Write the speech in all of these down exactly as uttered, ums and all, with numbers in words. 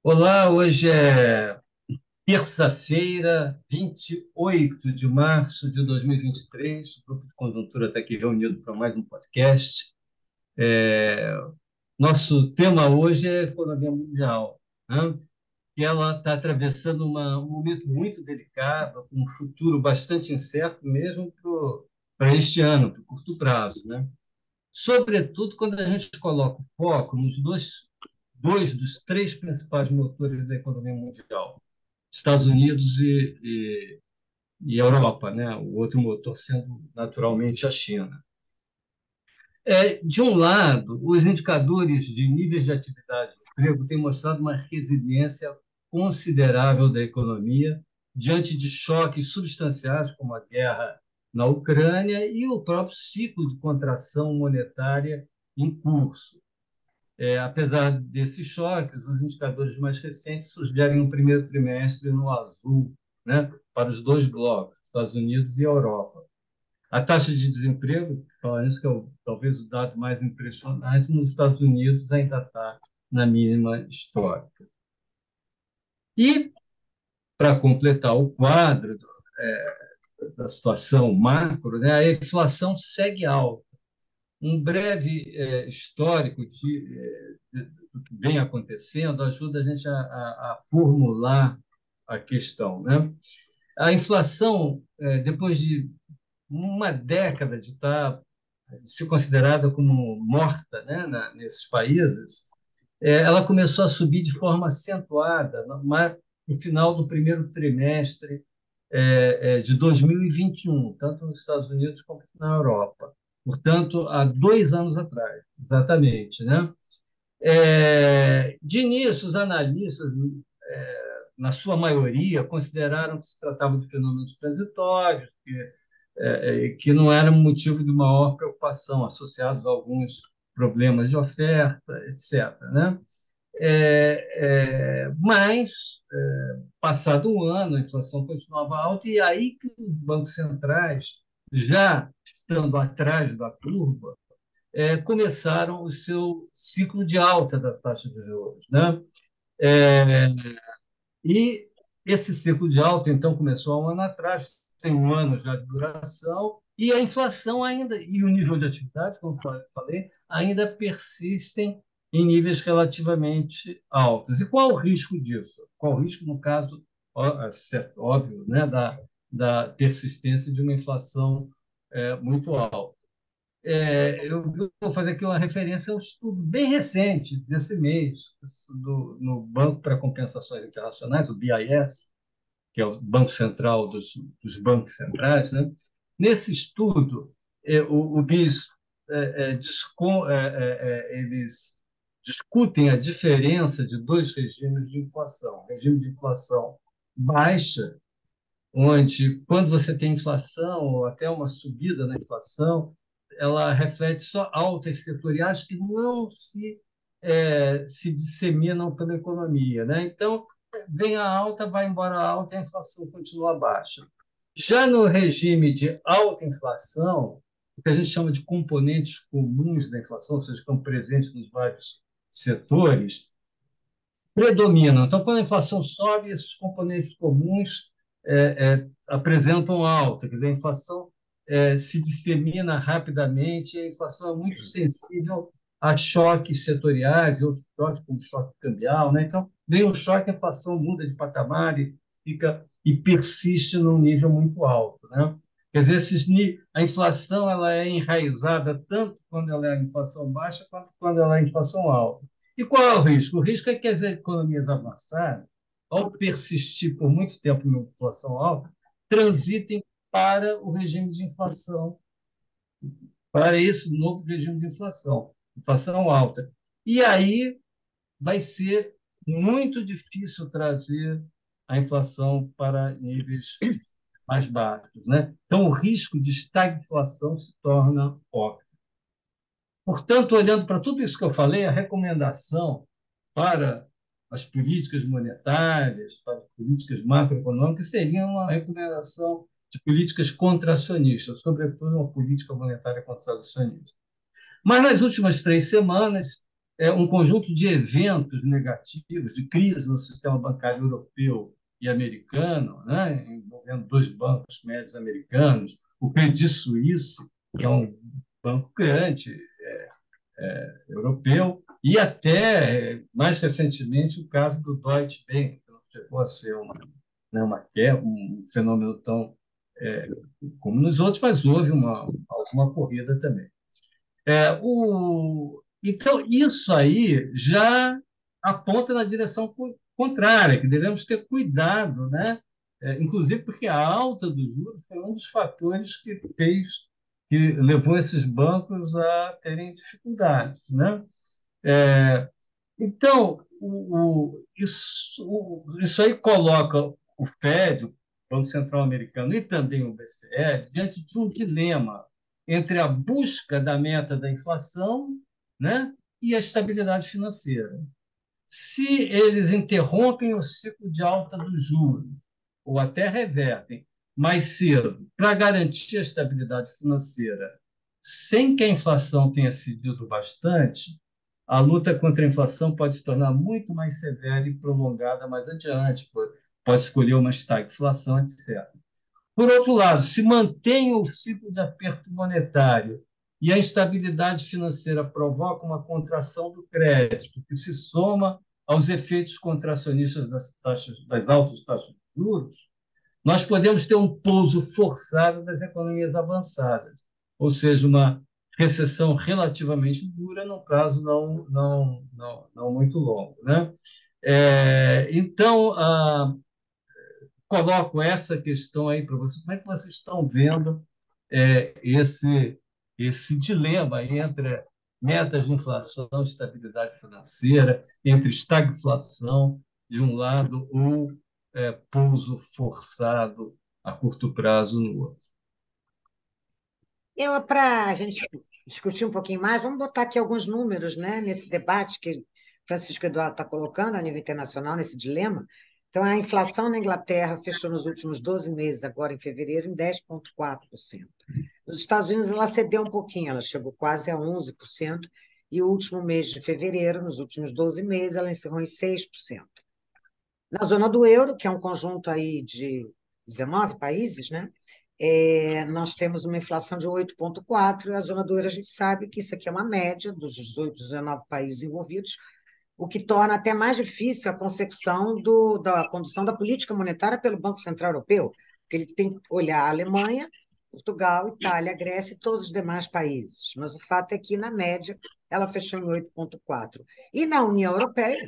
Olá, hoje é terça-feira, vinte e oito de março de dois mil e vinte e três. O Grupo de Conjuntura está aqui reunido para mais um podcast. É, Nosso tema hoje é economia mundial, né? E ela está atravessando uma- um momento muito delicado, com um futuro bastante incerto, mesmo para este ano, para o curto prazo, né? Sobretudo quando a gente coloca o foco nos dois, dois dos três principais motores da economia mundial, Estados Unidos e, e, e a Europa, né? O outro motor sendo naturalmente a China. É, de um lado, os indicadores de níveis de atividade do emprego têm mostrado uma resiliência considerável da economia diante de choques substanciais como a guerra na Ucrânia e o próprio ciclo de contração monetária em curso. É, apesar desses choques, os indicadores mais recentes sugerem um primeiro trimestre no azul, né, para os dois blocos, Estados Unidos e Europa. A taxa de desemprego, falando isso que é o, talvez o dado mais impressionante, nos Estados Unidos ainda está na mínima histórica. E, para completar o quadro do, é, da situação macro, né, a inflação segue alta. Um breve é, histórico de, é, do que vem acontecendo ajuda a gente a, a, a formular a questão, né? A inflação, é, depois de uma década de estar de ser considerada como morta, né, na, nesses países, é, ela começou a subir de forma acentuada no, no final do primeiro trimestre é, é, de dois mil e vinte e um, tanto nos Estados Unidos como na Europa. Portanto, há dois anos atrás, exatamente, né? É, de início, os analistas, é, na sua maioria, consideraram que se tratava de fenômenos transitórios, que, é, é, que não era motivo de maior preocupação, associados a alguns problemas de oferta, etcétera, né? É, é, mas, é, passado um ano, a inflação continuava alta, e aí que os bancos centrais, já estando atrás da curva, é, começaram o seu ciclo de alta da taxa de juros, né? É, e esse ciclo de alta, então, começou há um ano atrás, tem um ano já de duração, e a inflação ainda, e o nível de atividade, como eu falei, ainda persistem em níveis relativamente altos. E qual o risco disso? Qual o risco, no caso, ó, certo, óbvio, né, da, da persistência de uma inflação é, muito alta? É, eu vou fazer aqui uma referência a um estudo bem recente, desse mês, do, no Banco para Compensações Internacionais, o B I S, que é o Banco Central dos, dos bancos centrais, né? Nesse estudo, é, o, o B I S, é, é, disco, é, é, é, eles discutem a diferença de dois regimes de inflação. Regime de inflação baixa, onde, quando você tem inflação, ou até uma subida na inflação, ela reflete só altas setoriais que não se, é, se disseminam pela economia, né? Então, vem a alta, vai embora a alta e a inflação continua baixa. Já no regime de alta inflação, o que a gente chama de componentes comuns da inflação, ou seja, que estão presentes nos vários setores, predominam. Então, quando a inflação sobe, esses componentes comuns é, é, apresentam alta, quer dizer, a inflação é, se dissemina rapidamente, e a inflação é muito sensível a choques setoriais e outros choques, como choque cambial, né? Então, vem um choque, a inflação muda de patamar e fica e persiste num nível muito alto, né? Quer dizer, esses, a inflação ela é enraizada tanto quando ela é inflação baixa quanto quando ela é inflação alta. E qual é o risco? O risco é que as economias avançadas, ao persistir por muito tempo em inflação alta, transitem para o regime de inflação, para esse novo regime de inflação, inflação alta. E aí vai ser muito difícil trazer a inflação para níveis mais baixos, né? Então, o risco de estagflação se torna óbvio. Portanto, olhando para tudo isso que eu falei, a recomendação para as políticas monetárias, para as políticas macroeconômicas, seria uma recomendação de políticas contracionistas, sobretudo uma política monetária contracionista. Mas nas últimas três semanas, é, um conjunto de eventos negativos, de crise no sistema bancário europeu e americano, né, envolvendo dois bancos médios americanos, o Credit Suisse, que é um banco grande europeu, e até, mais recentemente, o caso do Deutsche Bank, que não chegou a ser uma, né, uma queda, um fenômeno tão é, como nos outros, mas houve uma, uma corrida também. É, o, então, isso aí já aponta na direção co- contrária, que devemos ter cuidado, né? É, inclusive porque a alta dos juros foi um dos fatores que fez, que levou esses bancos a terem dificuldades, né? É, então, o, o- isso, o- isso aí coloca o Fed, o Banco Central Americano, e também o B C E, diante de um dilema entre a busca da meta da inflação, né, e a estabilidade financeira. Se eles interrompem o ciclo de alta dos juros, ou até revertem mais cedo, para garantir a estabilidade financeira, sem que a inflação tenha cedido bastante, a luta contra a inflação pode se tornar muito mais severa e prolongada mais adiante, pode escolher uma estagflação, etcétera. Por outro lado, se mantém o ciclo de aperto monetário e a instabilidade financeira provoca uma contração do crédito, que se soma aos efeitos contracionistas das, taxas, das altas taxas de juros, nós podemos ter um pouso forçado das economias avançadas, ou seja, uma recessão relativamente dura, num prazo não, não, não, não muito longo. Né? É, então, ah, coloco essa questão aí para vocês. Como é que vocês estão vendo é, esse, esse dilema entre metas de inflação e estabilidade financeira, entre estagflação, de um lado, ou é, pouso forçado a curto prazo no outro? Eu, para a gente discutir um pouquinho mais, vamos botar aqui alguns números, né, nesse debate que Francisco Eduardo está colocando a nível internacional, nesse dilema. Então, a inflação na Inglaterra fechou nos últimos doze meses, agora em fevereiro, em dez vírgula quatro por cento. Nos Estados Unidos, ela cedeu um pouquinho, ela chegou quase a onze por cento, e o último mês de fevereiro, nos últimos doze meses, ela encerrou em seis por cento. Na zona do euro, que é um conjunto aí de dezenove países, né? É, nós temos uma inflação de oito vírgula quatro, e a zona do euro a gente sabe que isso aqui é uma média dos dezoito, dezenove países envolvidos, o que torna até mais difícil a consecução do, da condução da política monetária pelo Banco Central Europeu, porque ele tem que olhar a Alemanha, Portugal, Itália, Grécia e todos os demais países. Mas o fato é que, na média, ela fechou em oito vírgula quatro. E na União Europeia,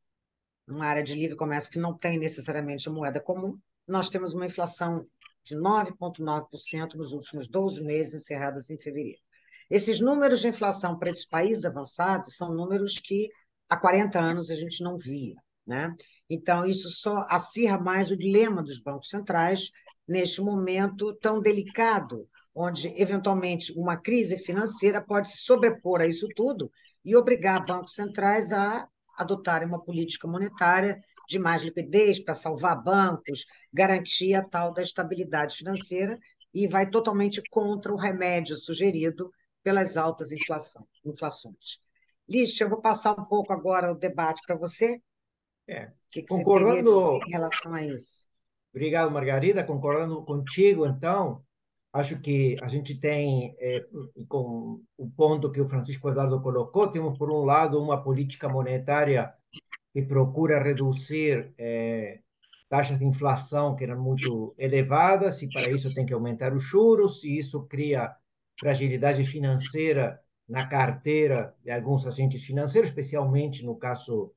uma área de livre comércio que não tem necessariamente moeda comum, nós temos uma inflação de nove vírgula nove por cento nos últimos doze meses, encerradas em fevereiro. Esses números de inflação para esses países avançados são números que há quarenta anos a gente não via, né? Então, isso só acirra mais o dilema dos bancos centrais neste momento tão delicado, onde, eventualmente, uma crise financeira pode se sobrepor a isso tudo e obrigar bancos centrais a adotarem uma política monetária de mais liquidez para salvar bancos, garantir a tal da estabilidade financeira e vai totalmente contra o remédio sugerido pelas altas inflação, inflações. Lixa, eu vou passar um pouco agora o debate para você. O É, que, que você teria a dizer concordando, em relação a isso? obrigado, Margarida, concordando contigo, então, acho que a gente tem, é, com o ponto que o Francisco Eduardo colocou, temos, por um lado, uma política monetária que procura reduzir é, taxas de inflação que eram muito elevadas, e para isso tem que aumentar os juros, e isso cria fragilidade financeira na carteira de alguns agentes financeiros, especialmente no caso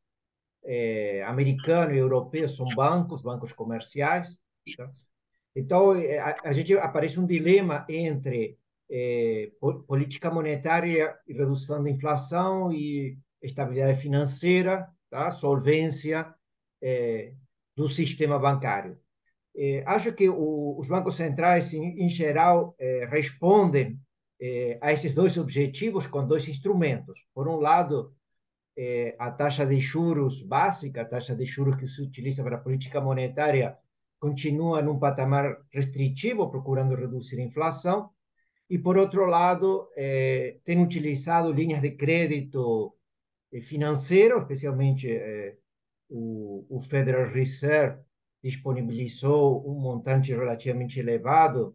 eh, americano e europeu, são bancos, bancos comerciais. Tá? Então, eh, a, a gente aparece um dilema entre eh, política monetária e redução da inflação e estabilidade financeira, tá? Solvência eh, do sistema bancário. Eh, acho que o, os bancos centrais, em, em geral, eh, respondem eh, a esses dois objetivos com dois instrumentos. Por um lado, eh, a taxa de juros básica, a taxa de juros que se utiliza para a política monetária, continua num patamar restritivo, procurando reduzir a inflação. E, por outro lado, eh, tem utilizado linhas de crédito financeiro, especialmente eh, o, o Federal Reserve disponibilizou um montante relativamente elevado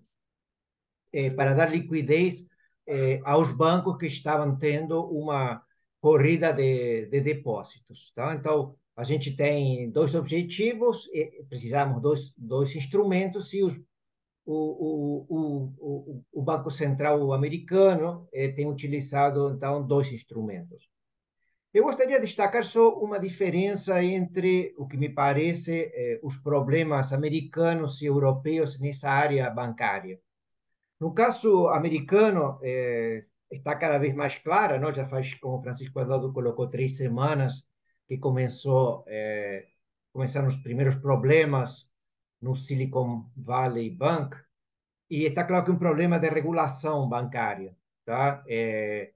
eh, para dar liquidez eh, aos bancos que estavam tendo uma corrida de, de depósitos. Tá? Então, a gente tem dois objetivos, e precisamos dois, dois instrumentos e os, o, o, o, o, o Banco Central americano eh, tem utilizado, então, dois instrumentos. Eu gostaria de destacar só uma diferença entre o que me parece eh, os problemas americanos e europeus nessa área bancária. No caso americano, eh, está cada vez mais clara, não? Já faz, como o Francisco Eduardo colocou, três semanas que começou, eh, começaram os primeiros problemas no Silicon Valley Bank, e está claro que é um problema de regulação bancária, tá? É,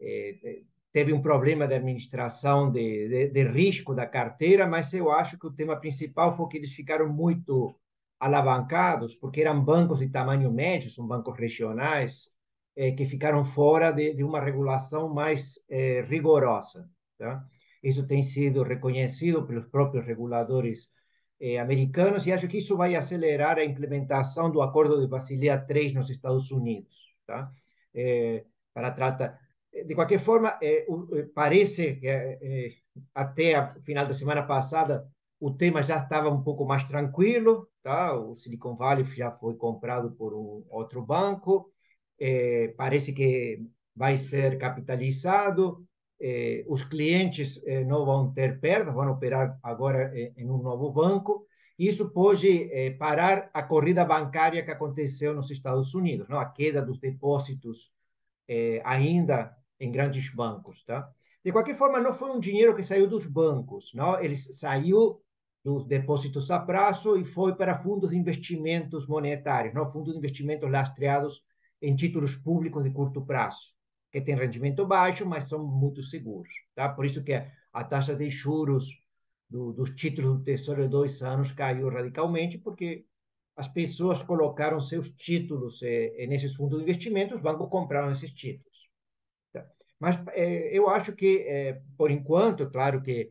é, teve um problema de administração de, de, de risco da carteira, mas eu acho que o tema principal foi que eles ficaram muito alavancados, porque eram bancos de tamanho médio, são bancos regionais, eh, que ficaram fora de, de uma regulação mais eh, rigorosa. Tá? Isso tem sido reconhecido pelos próprios reguladores eh, americanos, e acho que isso vai acelerar a implementação do Acordo de Basileia três nos Estados Unidos. Tá? Eh, para tratar de qualquer forma, eh, parece que eh, até o final da semana passada o tema já estava um pouco mais tranquilo, tá? O Silicon Valley já foi comprado por um outro banco, eh, parece que vai ser capitalizado, eh, os clientes eh, não vão ter perdas, vão operar agora eh, em um novo banco. Isso pode eh, parar a corrida bancária que aconteceu nos Estados Unidos, não? A queda dos depósitos eh, ainda em grandes bancos, tá? De qualquer forma, não foi um dinheiro que saiu dos bancos, não? Ele saiu dos depósitos a prazo e foi para fundos de investimentos monetários, não? Fundos de investimentos lastreados em títulos públicos de curto prazo, que têm rendimento baixo, mas são muito seguros, tá? Por isso que a taxa de juros do, dos títulos do Tesouro de dois anos caiu radicalmente, porque as pessoas colocaram seus títulos eh, nesses fundos de investimentos, os bancos compraram esses títulos. Tá? Mas eh, eu acho que, eh, por enquanto, claro que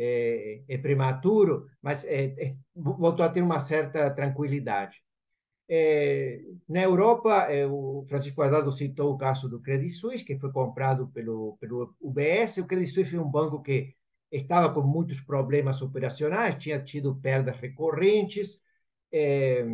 é, é prematuro, mas é, voltou a ter uma certa tranquilidade. É, na Europa, é, o Francisco Guardado citou o caso do Credit Suisse, que foi comprado pelo, pelo U B S. O Credit Suisse foi um banco que estava com muitos problemas operacionais, tinha tido perdas recorrentes, é,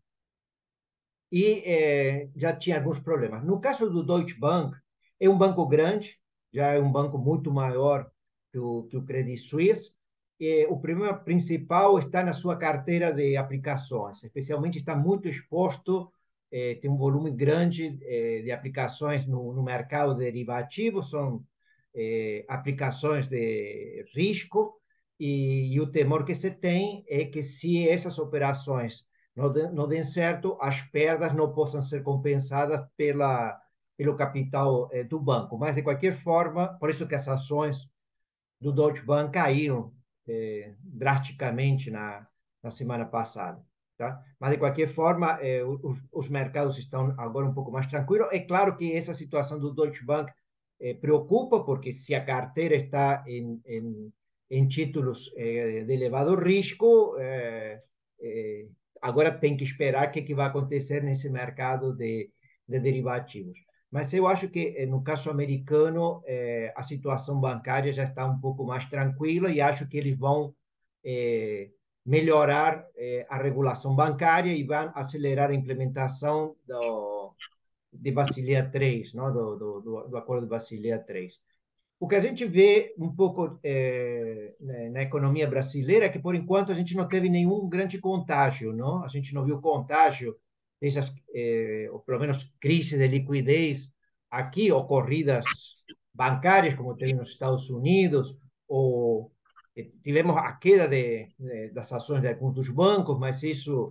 e é, já tinha alguns problemas. No caso do Deutsche Bank, é um banco grande, já é um banco muito maior que o, que o Credit Suisse. E o problema principal está na sua carteira de aplicações, especialmente está muito exposto, eh, tem um volume grande eh, de aplicações no, no mercado de derivativos, são eh, aplicações de risco, e, e o temor que se tem é que se essas operações não, de, não deem certo, as perdas não possam ser compensadas pela, pelo capital eh, do banco. Mas, de qualquer forma, por isso que as ações do Deutsche Bank caíram eh, drasticamente na, na semana passada. Tá? Mas, de qualquer forma, eh, os, os mercados estão agora um pouco mais tranquilos. É claro que essa situação do Deutsche Bank eh, preocupa, porque se a carteira está em, em, em títulos eh, de elevado risco, eh, eh, agora tem que esperar o que, que vai acontecer nesse mercado de, de derivativos. Mas eu acho que, no caso americano, eh, a situação bancária já está um pouco mais tranquila, e acho que eles vão eh, melhorar eh, a regulação bancária e vão acelerar a implementação do, de Basileia três, não? Do, do, do, do Acordo de Basileia três. O que a gente vê um pouco eh, na economia brasileira é que, por enquanto, a gente não teve nenhum grande contágio, não? A gente não viu contágio dessas, eh, ou pelo menos crise de liquidez aqui, ocorridas bancárias, como teve nos Estados Unidos, ou eh, tivemos a queda de, de, das ações de alguns dos bancos, mas isso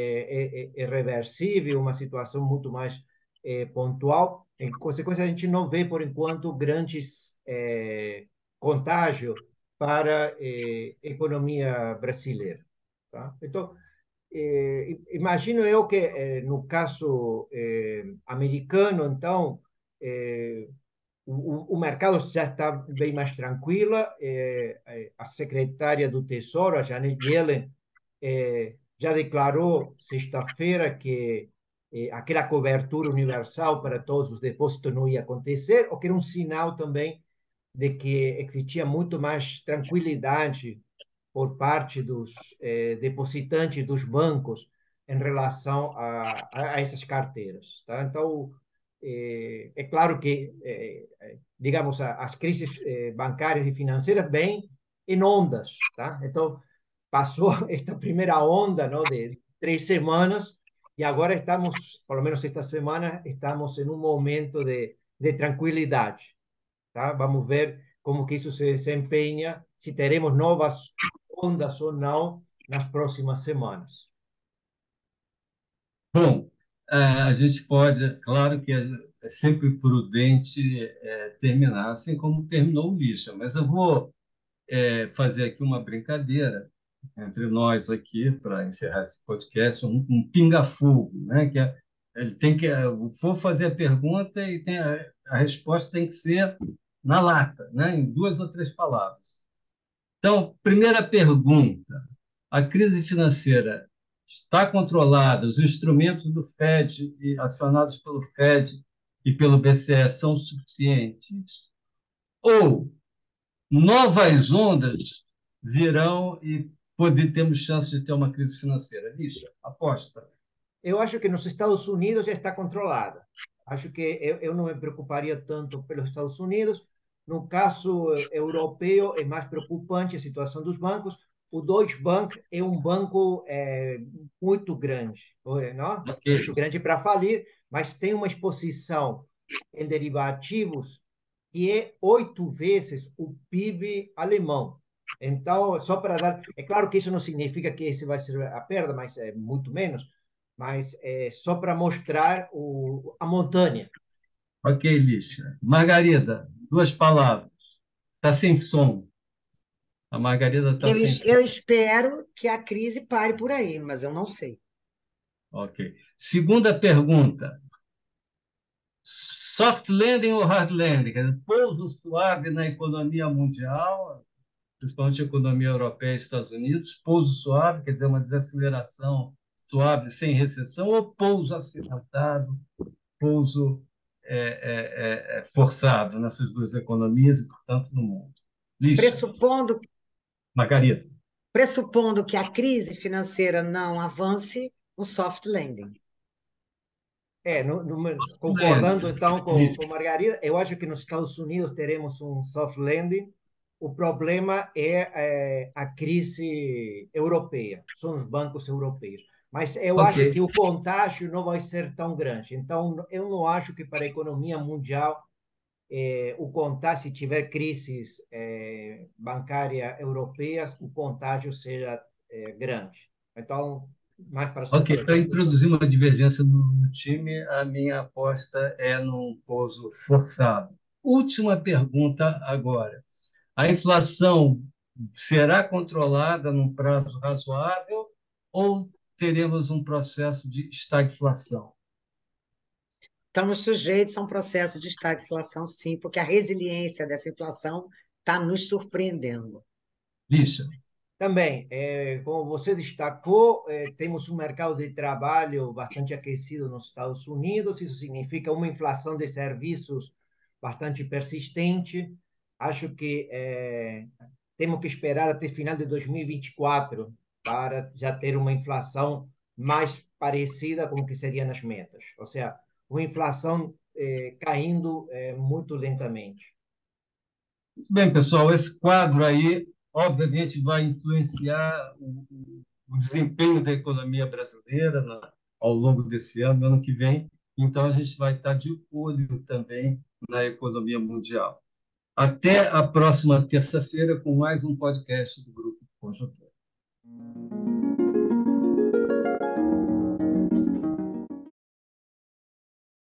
é, é, é reversível, uma situação muito mais eh, pontual. Em consequência, a gente não vê, por enquanto, grandes eh, contágio para eh, a economia brasileira. Tá? Então, eh, imagino eu que, eh, no caso eh, americano, então, eh, o, o mercado já está bem mais tranquila. É, é, a secretária do Tesouro, a Janet Yellen, é, já declarou sexta-feira que é, aquela cobertura universal para todos os depósitos não ia acontecer, o que era um sinal também de que existia muito mais tranquilidade por parte dos eh, depositantes dos bancos em relação a, a, a essas carteiras. Tá? Então, eh, é claro que, eh, digamos, as crises eh, bancárias e financeiras vêm em ondas. Tá? Então, passou esta primeira onda, não, de três semanas e agora estamos, pelo menos esta semana, estamos em um momento de, de tranquilidade. Tá? Vamos ver como que isso se desempenha, se teremos novas ondas ou não nas próximas semanas. Bom, a a gente pode, claro que é sempre prudente é, terminar assim como terminou o Lixa, mas eu vou é, fazer aqui uma brincadeira entre nós aqui para encerrar esse podcast, um, um pinga-fogo, né? Que é, ele tem que, vou fazer a pergunta e tem a, a resposta tem que ser na lata, né? Em duas ou três palavras. Então, primeira pergunta: a crise financeira está controlada? Os instrumentos do Fed, e acionados pelo Fed e pelo B C E, são suficientes? Ou novas ondas virão e poder, temos chance de ter uma crise financeira? Lixa, aposta. Eu acho que nos Estados Unidos já está controlada. Acho que eu, eu não me preocuparia tanto pelos Estados Unidos. No caso eh, europeu, é mais preocupante a situação dos bancos. O Deutsche Bank é um banco é, muito grande, não? Ok, Muito grande para falir, mas tem uma exposição em derivativos que é oito vezes o P I B alemão. Então, só para dar. É claro que isso não significa que esse vai ser a perda, mas é muito menos, mas é só para mostrar o, a montanha. ok, Lixa. Margarida, duas palavras. Está sem som. A Margarida está Eu, sem es- som. eu espero que a crise pare por aí, mas eu não sei. Ok. Segunda pergunta: soft landing ou hard landing? Quer dizer, pouso suave na economia mundial, principalmente a economia europeia e Estados Unidos, pouso suave, quer dizer, uma desaceleração suave sem recessão, ou pouso acidentado, pouso é, é, é, é forçado nessas duas economias e, portanto, no mundo. Lixa, Pressupondo, Margarida. pressupondo que a crise financeira não avance, um soft landing. É, no, no, Landing. concordando então com, Lixa. com Margarida, eu acho que nos Estados Unidos teremos um soft landing. O problema é, é a crise europeia, são os bancos europeus. Mas eu Ok. acho que o contágio não vai ser tão grande. Então, eu não acho que para a economia mundial eh, o contágio, se tiver crises eh, bancárias europeias, o contágio seja eh, grande. Então, mais para sua Ok, para pergunta. introduzir uma divergência no, no time, a minha aposta é num pouso forçado. Última pergunta agora. A inflação será controlada num prazo razoável ou teremos um processo de estagflação? Estamos sujeitos a um processo de estagflação, sim, porque a resiliência dessa inflação está nos surpreendendo. Lixa, Também, eh, como você destacou, eh, temos um mercado de trabalho bastante aquecido nos Estados Unidos. Isso significa uma inflação de serviços bastante persistente. Acho que eh, temos que esperar até final de dois mil e vinte e quatro para já ter uma inflação mais parecida com o que seria nas metas. Ou seja, uma inflação eh, caindo eh, muito lentamente. bem, pessoal, esse quadro aí, obviamente, vai influenciar o, o- o desempenho da economia brasileira na- ao longo desse ano, ano que vem. Então, a gente vai estar de olho também na economia mundial. Até a próxima terça-feira com mais um podcast do Grupo Conjuntura.